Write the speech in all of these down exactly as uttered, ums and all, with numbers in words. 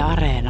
Areena.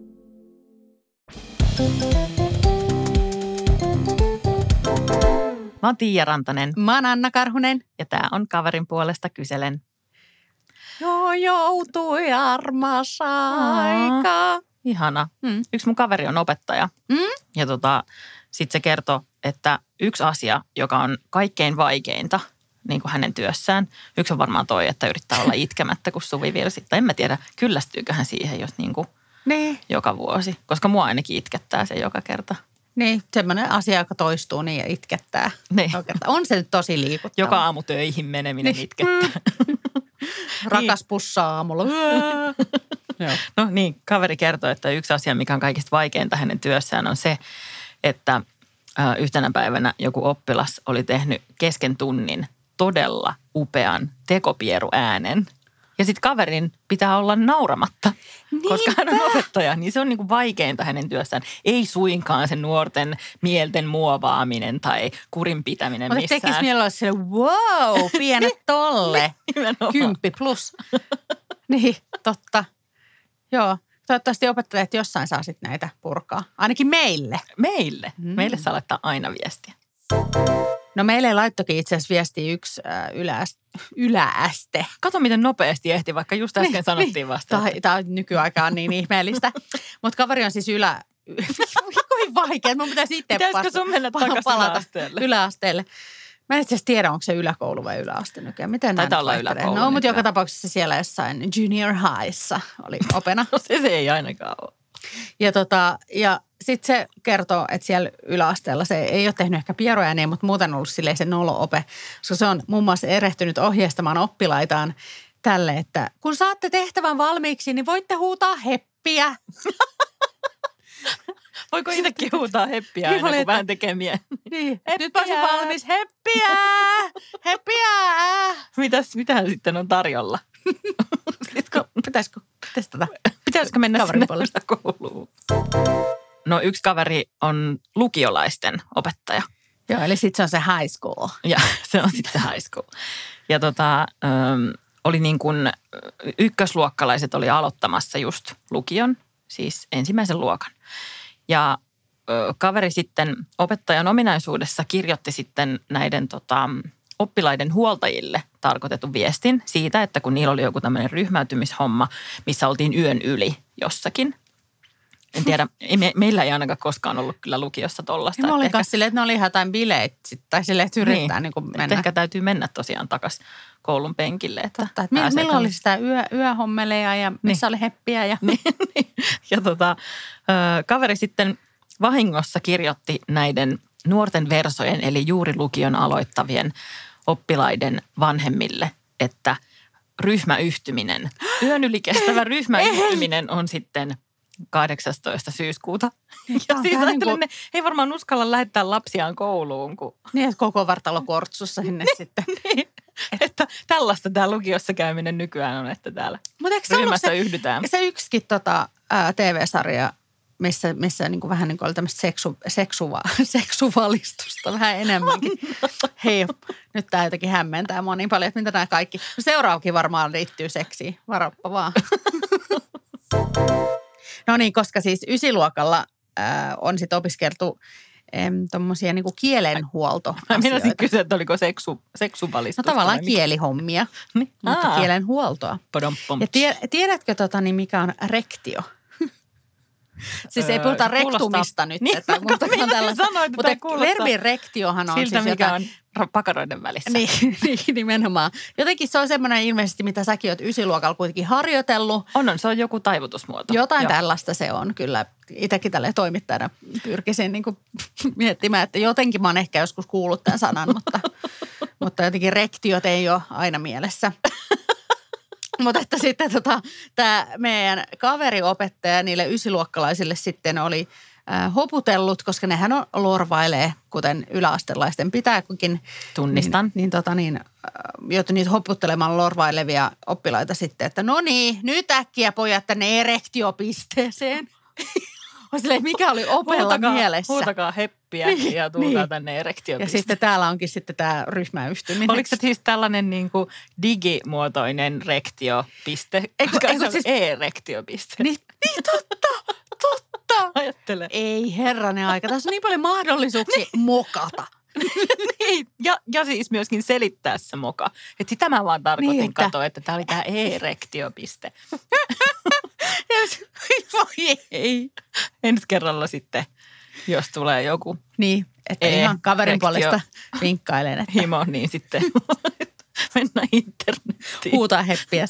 Mä oon Tiia Rantanen. Mä oon Anna Karhunen. Ja tää on Kaverin puolesta kyselen. Joo, joutui armas aika. Ihana. Mm. Yksi mun kaveri on opettaja. Mm? Ja tota, sit se kertoo, että yksi asia, joka on kaikkein vaikeinta niin kuin hänen työssään. Yksi on varmaan toi, että yrittää olla itkemättä, kun Suvi vielä sitten. En mä tiedä, kyllästyykö hän siihen, jos niin kuin Niin. joka vuosi. Koska mua ainakin itkettää se joka kerta. Niin, semmoinen asia, joka toistuu niin ja itkettää. Niin. On se nyt tosi liikuttava. Joka aamu töihin meneminen Niin. itkettää. Rakas pussaa aamulla. Joo. No niin, kaveri kertoi, että yksi asia, mikä on kaikista vaikeinta hänen työssään on se, että ä, yhtenä päivänä joku oppilas oli tehnyt kesken tunnin todella upean tekopieruäänen. Ja sitten kaverin pitää olla nauramatta, Niinpä. koska hän on opettaja, niin se on niinku vaikeinta hänen työssään. Ei suinkaan se nuorten mielten muovaaminen tai kurin pitäminen Mutta missään. tekisi mielellä sille, wow, pienet tolle. Nimenomaan. Kymppi plus. Niin, totta. Joo, toivottavasti opettajat jossain saa sitten näitä purkaa. Ainakin meille. Meille. Mm. Meille saa laittaa aina viestiä. No meille laittokin itse asiassa viestiä yksi äh, yläaste. yläaste. Kato, miten nopeasti ehti, vaikka just äsken niin, sanottiin niin. vasta. Tämä, tämä on nykyaikaan niin ihmeellistä. Mutta kaveri on siis ylä... Kuin vaikea, mun pitäisi itse Pitäisikö sun mennä takaisin yläasteelle? Yläasteelle. Mä en itse asiassa tiedä, onko se yläkoulu vai yläaste nykyään. Miten Taitaa olla yläkoulu. No, mutta joka tapauksessa siellä jossain junior highissa oli opena. No se, se ei ainakaan ole. Ja, tota, ja sitten se kertoo, että siellä yläasteella se ei ole tehnyt ehkä pieroääneen, mutta muuten ollut silleen se nolo-ope. Koska se on muun muassa erehtynyt ohjeistamaan oppilaitaan tälle, että kun saatte tehtävän valmiiksi, niin voitte huutaa heppiä. Voiko itsekin huutaa heppiä Niin, aina, kun että- vähän tekee mieli? Niin, Heppiä. nyt on se valmis. Heppiä! Heppiä! Mitäs, mitähän sitten on tarjolla? Pitäisikö, pitäisikö testata? Pitäisikö mennä Kaverin sinne puolesta. kouluun? No yksi kaveri on lukiolaisten opettaja. Joo, eli sitten se on se high school. Ja se on sitten se high school. Ja tota, ähm, oli niin kuin ykkösluokkalaiset oli aloittamassa just lukion, siis ensimmäisen luokan. Ja ö, kaveri sitten opettajan ominaisuudessa kirjoitti sitten näiden tota, oppilaiden huoltajille tarkoitetun viestin siitä, että kun niillä oli joku tämmöinen ryhmäytymishomma, missä oltiin yön yli jossakin. En tiedä, ei me, meillä ei ainakaan koskaan ollut kyllä lukiossa tollaista. Ja mä olin Että kanssa silleen, että ne oli ihan jotain bileet sit, tai silleen, että yrittää niin, niin että mennä. ehkä täytyy mennä tosiaan takaisin koulun penkille. Että Totta, että pääsee milloin oli tänne. sitä yö, yöhommeleja ja missä oli heppiä ja... Niin, niin. Ja tota, ö, kaveri sitten vahingossa kirjoitti näiden nuorten versojen, eli juuri lukion aloittavien oppilaiden vanhemmille, että ryhmäyhtyminen, yön yli kestävä ryhmäyhtyminen on sitten kahdeksastoista syyskuuta. Ja Tää on siis tää ajattelin, niinku- ne ei varmaan uskalla lähettää lapsiaan kouluun, kun Niin, että koko vartalo kortsussa sinne sitten. niin, että tällaista tämä lukiossa käyminen nykyään on, että täällä Mutta eikö se ollut ryhmässä se, yhdytään. se yksikin tota, ää, T V-sarja, missä, missä niin kuin vähän niin kuin oli tämmöistä seksu, seksuva, seksuvalistusta vähän enemmänkin. Hei, nyt tämä jotenkin hämmentää mua niin paljon, että mitä nämä kaikki. No seuraavakin varmaan liittyy seksiin, varoppa vaan. No niin, koska siis ysiluokalla ää, on sitten opiskeltu tuommoisia niinku kielenhuolto. Mä meinasin kysyä, että oliko seksu, No seksuvalistusta. tavallaan vai mikä? kielihommia, Niin. mutta Aa. kielenhuoltoa. Podompom. Ja tie, tiedätkö tota, niin mikä on rektio? Siis ei Öö, puhuta kuulostaa- rektumista nyt. Niin, että, mä mutta meinasin tällä, sanoa, että mutta tää kuulostaa verbi rektiohan on siltä, siis mikä jotain, on pakaroiden välissä. Niin, niin, nimenomaan. Jotenkin se on semmoinen ilmeisesti, mitä säkin oot ysiluokalla kuitenkin harjoitellut. On, on, se on joku taivutusmuoto. Jotain Joo. tällaista se on kyllä. Itsekin tälle toimittajana pyrkisin niin kuin miettimään, että jotenkin mä oon ehkä joskus kuullut tämän sanan, mutta, mutta jotenkin rektiot ei ole aina mielessä. Mutta että sitten tota, tämä meidän kaveriopettaja niille ysiluokkalaisille sitten oli äh, hoputellut, koska nehän on lorvailee, kuten yläastelaisten pitääkin. Tunnistan. Niin, niin, tota niin, äh, joutui niitä hoputtelemaan lorvailevia oppilaita sitten, että no niin, nyt äkkiä pojat tänne erektiopisteeseen. On silleen, mikä oli opella Huutakaa, mielessä. huutakaa heppiä Niin, ja tulkaa niin. tänne Ja erektiopisteeseen. sitten täällä onkin sitten tämä ryhmäyhtyminen. Oliko se siis tällainen niin kuin digimuotoinen rektiopiste? Eikö- Koska eikö se on siis- e-rektiopiste. Niin, Niin totta, totta. Ajattele. Ei herranen aika, tässä on niin paljon mahdollisuuksia mokata. Niin, ja, ja siis myöskin selittää se moka. Että sitä mä vaan tarkoitin niin, että... katoa, että tämä oli tämä erektio-piste. Voi ei. Ensi kerralla sitten, jos tulee joku niin, että e- ihan kaverin puolesta vinkkailen. Että... himo, niin sitten mennään internettiin. Huutaa heppiä.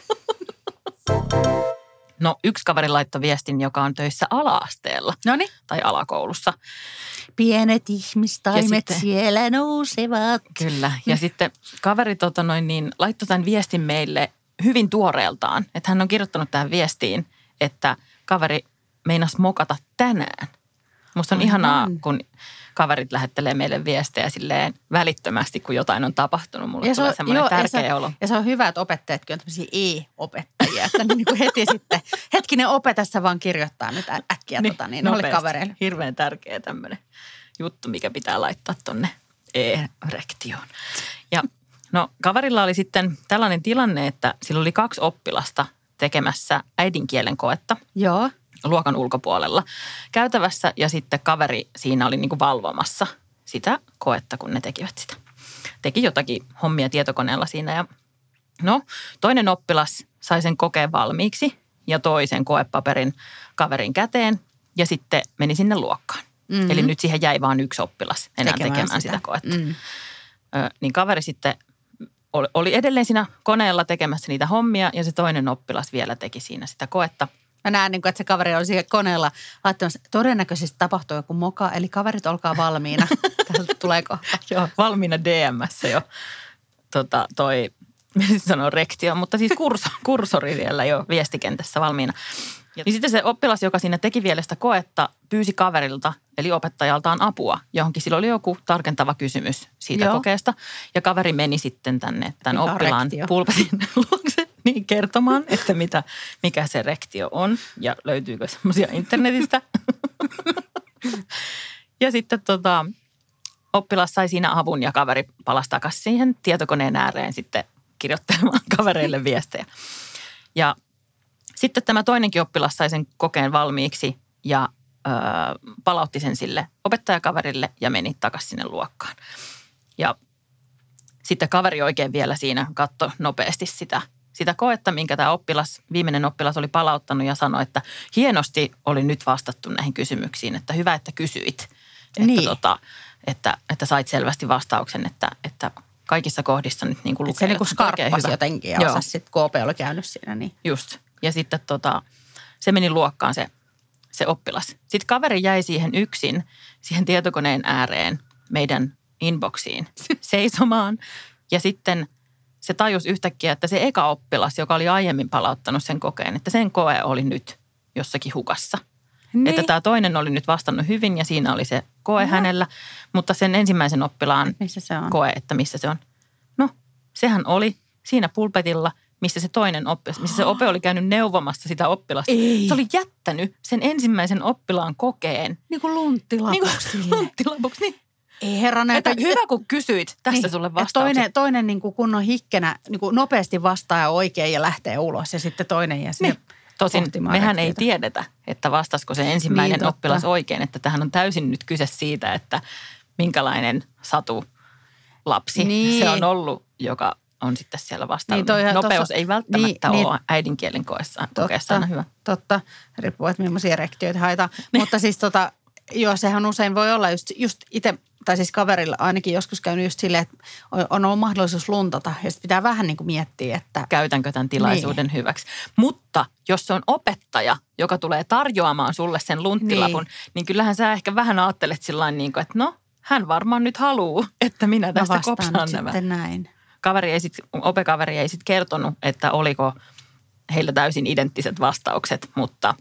No yksi kaveri laittoi viestin, joka on töissä ala-asteella. Noniin. Tai alakoulussa. Pienet ihmistaimet sitten, siellä nousevat. Kyllä. Ja sitten kaveri tota noin, niin, laittoi tämän viestin meille hyvin tuoreeltaan. Että hän on kirjoittanut tähän viestiin, että kaveri meinasi mokata tänään. Musta on Aivan. ihanaa, kun kaverit lähettelee meille viestejä silleen välittömästi, kun jotain on tapahtunut. Mulle ja tulee on, semmoinen joo, tärkeä ja se, olo. Ja se on hyvä, että opettajatkin on tämmöisiä e-opettajia. Että niin kuin heti sitten, hetkinen opetassa vaan kirjoittaa nyt äkkiä niin, tota, niin noille kavereille. Hirveän tärkeä tämmöinen juttu, mikä pitää laittaa tonne e-rektioon. Ja no kaverilla oli sitten tällainen tilanne, että sillä oli kaksi oppilasta tekemässä äidinkielen koetta. Joo. Luokan ulkopuolella käytävässä ja sitten kaveri siinä oli niin kuin valvomassa sitä koetta, kun ne tekivät sitä. Teki jotakin hommia tietokoneella siinä ja no toinen oppilas sai sen kokeen valmiiksi ja toi sen koepaperin kaverin käteen ja sitten meni sinne luokkaan. Mm-hmm. Eli nyt siihen jäi vain yksi oppilas enää tekemään, tekemään sitä, sitä koetta. Mm. Ö, niin kaveri sitten oli edelleen siinä koneella tekemässä niitä hommia ja se toinen oppilas vielä teki siinä sitä koetta. Mä näen, että se kaveri oli siellä koneella laittamassa, todennäköisesti tapahtuu joku moka, eli kaverit olkaa valmiina. Täältä tulee kohta. Joo, valmiina D M:ssä jo tota, toi, miten sanoo rektio, mutta siis kurso, kursori siellä jo viestikentässä valmiina. Ja niin sitten se oppilas, joka siinä teki vielä sitä koetta, pyysi kaverilta, eli opettajaltaan apua johonkin. Sillä oli joku tarkentava kysymys siitä Joo. kokeesta. Ja kaveri meni sitten tänne tämän Mikä oppilaan pulpetin luokse niin kertomaan, että mitä, mikä se rektio on ja löytyykö semmoisia internetistä. Ja sitten tota, oppilas sai siinä avun ja kaveri palasi takaisin siihen tietokoneen ääreen sitten kirjoittelemaan kavereille viestejä. Ja sitten tämä toinenkin oppilas sai sen kokeen valmiiksi ja ö, palautti sen sille opettajakaverille ja meni takaisin sinne luokkaan. Ja sitten kaveri oikein vielä siinä katsoi nopeasti sitä, sitä koetta, minkä tämä oppilas, viimeinen oppilas oli palauttanut ja sanoi, että hienosti oli nyt vastattu näihin kysymyksiin, että hyvä, että kysyit. Niin. Että, tota, että, että sait selvästi vastauksen, että, että kaikissa kohdissa nyt niin kuin lukee. Se niin kuin skarppasi jotenkin ja osasi sitten, K P oli käynyt siinä. Niin. Just. Ja sitten tota, se meni luokkaan se, se oppilas. Sitten kaveri jäi siihen yksin, siihen tietokoneen ääreen, meidän inboxiin seisomaan. Ja sitten se tajusi yhtäkkiä, että se eka oppilas, joka oli aiemmin palauttanut sen kokeen, että sen koe oli nyt jossakin hukassa. Niin. Että tämä toinen oli nyt vastannut hyvin ja siinä oli se koe no. hänellä, mutta sen ensimmäisen oppilaan missä se on? Koe, että missä se on. No, sehän oli siinä pulpetilla, missä se toinen oppilas, missä se ope oli käynyt neuvomassa sitä oppilasta. Ei. Se oli jättänyt sen ensimmäisen oppilaan kokeen. Niin kuin lunttilapuksi. Niin kuin lunttilapuksi, niin. Ei herranen. Että hyvä, kun kysyit. Tässä niin, sulle vastaukset. Toinen, toinen niin kuin kunnon hikkenä niin kuin nopeasti vastaa oikein ja lähtee ulos ja sitten toinen ja niin. Tosin mehän ei tiedetä, että vastasko se ensimmäinen niin, oppilas oikein. Että tähän on täysin nyt kyse siitä, että minkälainen satu lapsi niin. se on ollut, joka on sitten siellä vastaavalla. Niin Nopeus tossa, ei välttämättä niin, ole niin, äidinkielen kokeessa, kokeessa aina hyvä. Totta, riippuu, että millaisia rektioita haetaan. Niin. Mutta siis tota, joo, sehän usein voi olla just, just itse, tai siis kaverilla ainakin joskus käynyt just silleen, että on ollut mahdollisuus luntata. Ja sitten pitää vähän niin kuin miettiä, että käytänkö tämän tilaisuuden niin. hyväksi. Mutta jos se on opettaja, joka tulee tarjoamaan sulle sen lunttilapun, niin, niin kyllähän sä ehkä vähän ajattelet sillain niin kuin, että no, hän varmaan nyt haluaa, että minä tästä kopsaan nämä. Sitten näin. Kaveri ei sit, opekaveri ei sitten kertonut, että oliko heillä täysin identtiset vastaukset, mutta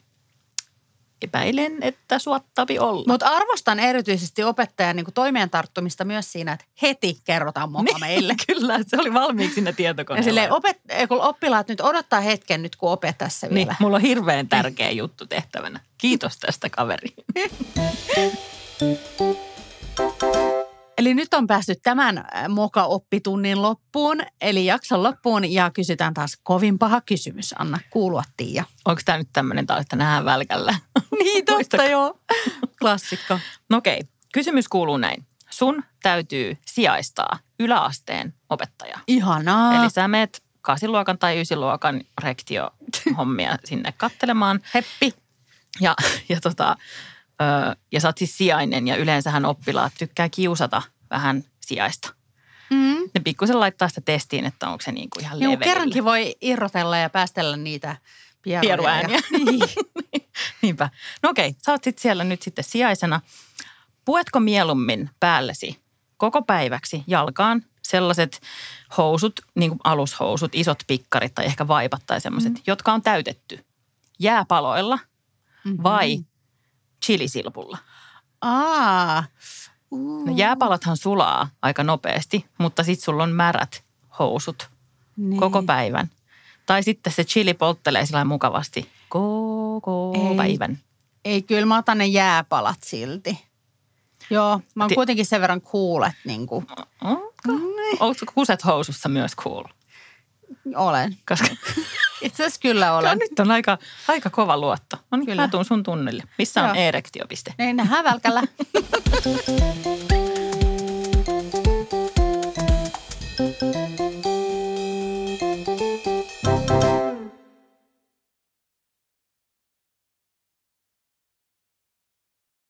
epäilen, että suottavi olla. Mutta arvostan erityisesti opettajan niin kuin toimeen tarttumista myös siinä, että heti kerrotaan moka niin, meille. Kyllä, se oli valmiiksi siinä tietokoneella. Ja silleen opet- kun oppilaat nyt odottaa hetken nyt, kun opet tässä vielä. Niin, mulla on hirveän tärkeä juttu tehtävänä. Kiitos tästä, kaveri. Eli Eli nyt on päästy tämän moka-oppitunnin loppuun, eli jakson loppuun, ja kysytään taas kovin paha kysymys. Anna kuulua, Tiia. Onko tämä nyt tämmöinen taas, että nähdään välkällä? Niin, totta joo. Klassikko. No okei, kysymys kuuluu näin. Sun täytyy sijaistaa yläasteen opettaja. Ihanaa. Eli sä meet kasiluokan tai ysiluokan rektiohommia sinne kattelemaan. Heppi. Ja, ja, tota, ö, ja sä oot siis sijainen ja yleensähän oppilaat tykkää kiusata vähän sijaista. Mm. Ne pikkusen laittaa sitä testiin, että onko se niin kuin ihan Joo, levelillä. kerrankin voi irrotella ja päästellä niitä Pieruääniä. Niin. Niinpä. No okei, sä oot sit siellä nyt sitten sijaisena. Puetko mieluummin päällesi koko päiväksi jalkaan sellaiset housut, niin kuin alushousut, isot pikkarit tai ehkä vaipat tai semmoiset, mm. jotka on täytetty jääpaloilla mm-hmm. vai chilisilpulla? Aa. Uh. No jääpalothan sulaa aika nopeasti, mutta sitten sulla on märät housut niin. koko päivän. Tai sitten se chili polttelee sillä mukavasti koko ei, päivän. Ei, kyllä mä otan ne jääpalat silti. Joo, mä oon Ti- kuitenkin sen verran cool, että niinku. Onko? Onko kuset housussa myös cool? Olen. Koska itse asiassa kyllä olen. Nyt on aika, aika kova luotto. No niin, mä tuun sun tunnille. Missä on Joo. erektio-piste? Ei nähdään välkällä.